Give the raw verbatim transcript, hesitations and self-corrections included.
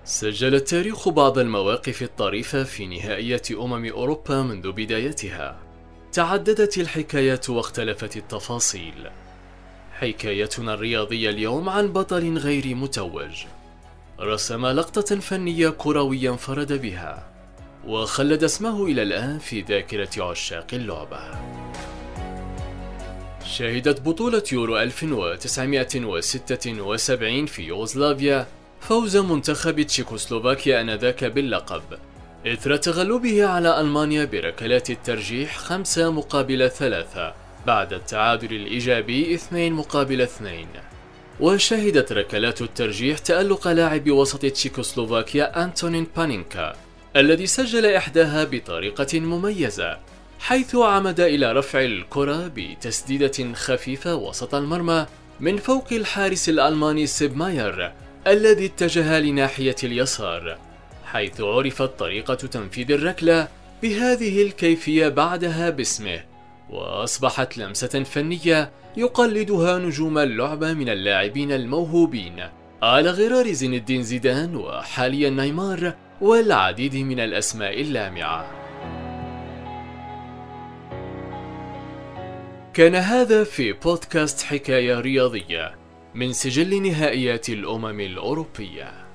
سجل التاريخ بعض المواقف الطريفة في نهائيات أمم أوروبا منذ بدايتها. تعددت الحكايات واختلفت التفاصيل. حكايتنا الرياضية اليوم عن بطل غير متوج رسم لقطة فنية كروية انفرد بها وخلد اسمه إلى الآن في ذاكرة عشاق اللعبة. شهدت بطولة يورو ألف وتسعمائة وستة وسبعين في يوغوسلافيا فوز منتخب تشيكوسلوفاكيا آنذاك باللقب إثر تغلبه على ألمانيا بركلات الترجيح خمسة مقابل ثلاثة بعد التعادل الإيجابي اثنين مقابل اثنين. وشهدت ركلات الترجيح تألق لاعب وسط تشيكوسلوفاكيا أنتونين بانينكا الذي سجل إحداها بطريقة مميزة، حيث عمد إلى رفع الكرة بتسديدة خفيفة وسط المرمى من فوق الحارس الألماني سيب ماير الذي اتجه لناحية اليسار، حيث عرفت طريقة تنفيذ الركلة بهذه الكيفية بعدها باسمه، وأصبحت لمسة فنية يقلدها نجوم اللعبة من اللاعبين الموهوبين على غرار زين الدين زيدان وحاليا نيمار والعديد من الأسماء اللامعة. كان هذا في بودكاست حكاية رياضية من سجل نهائيات الأمم الأوروبية.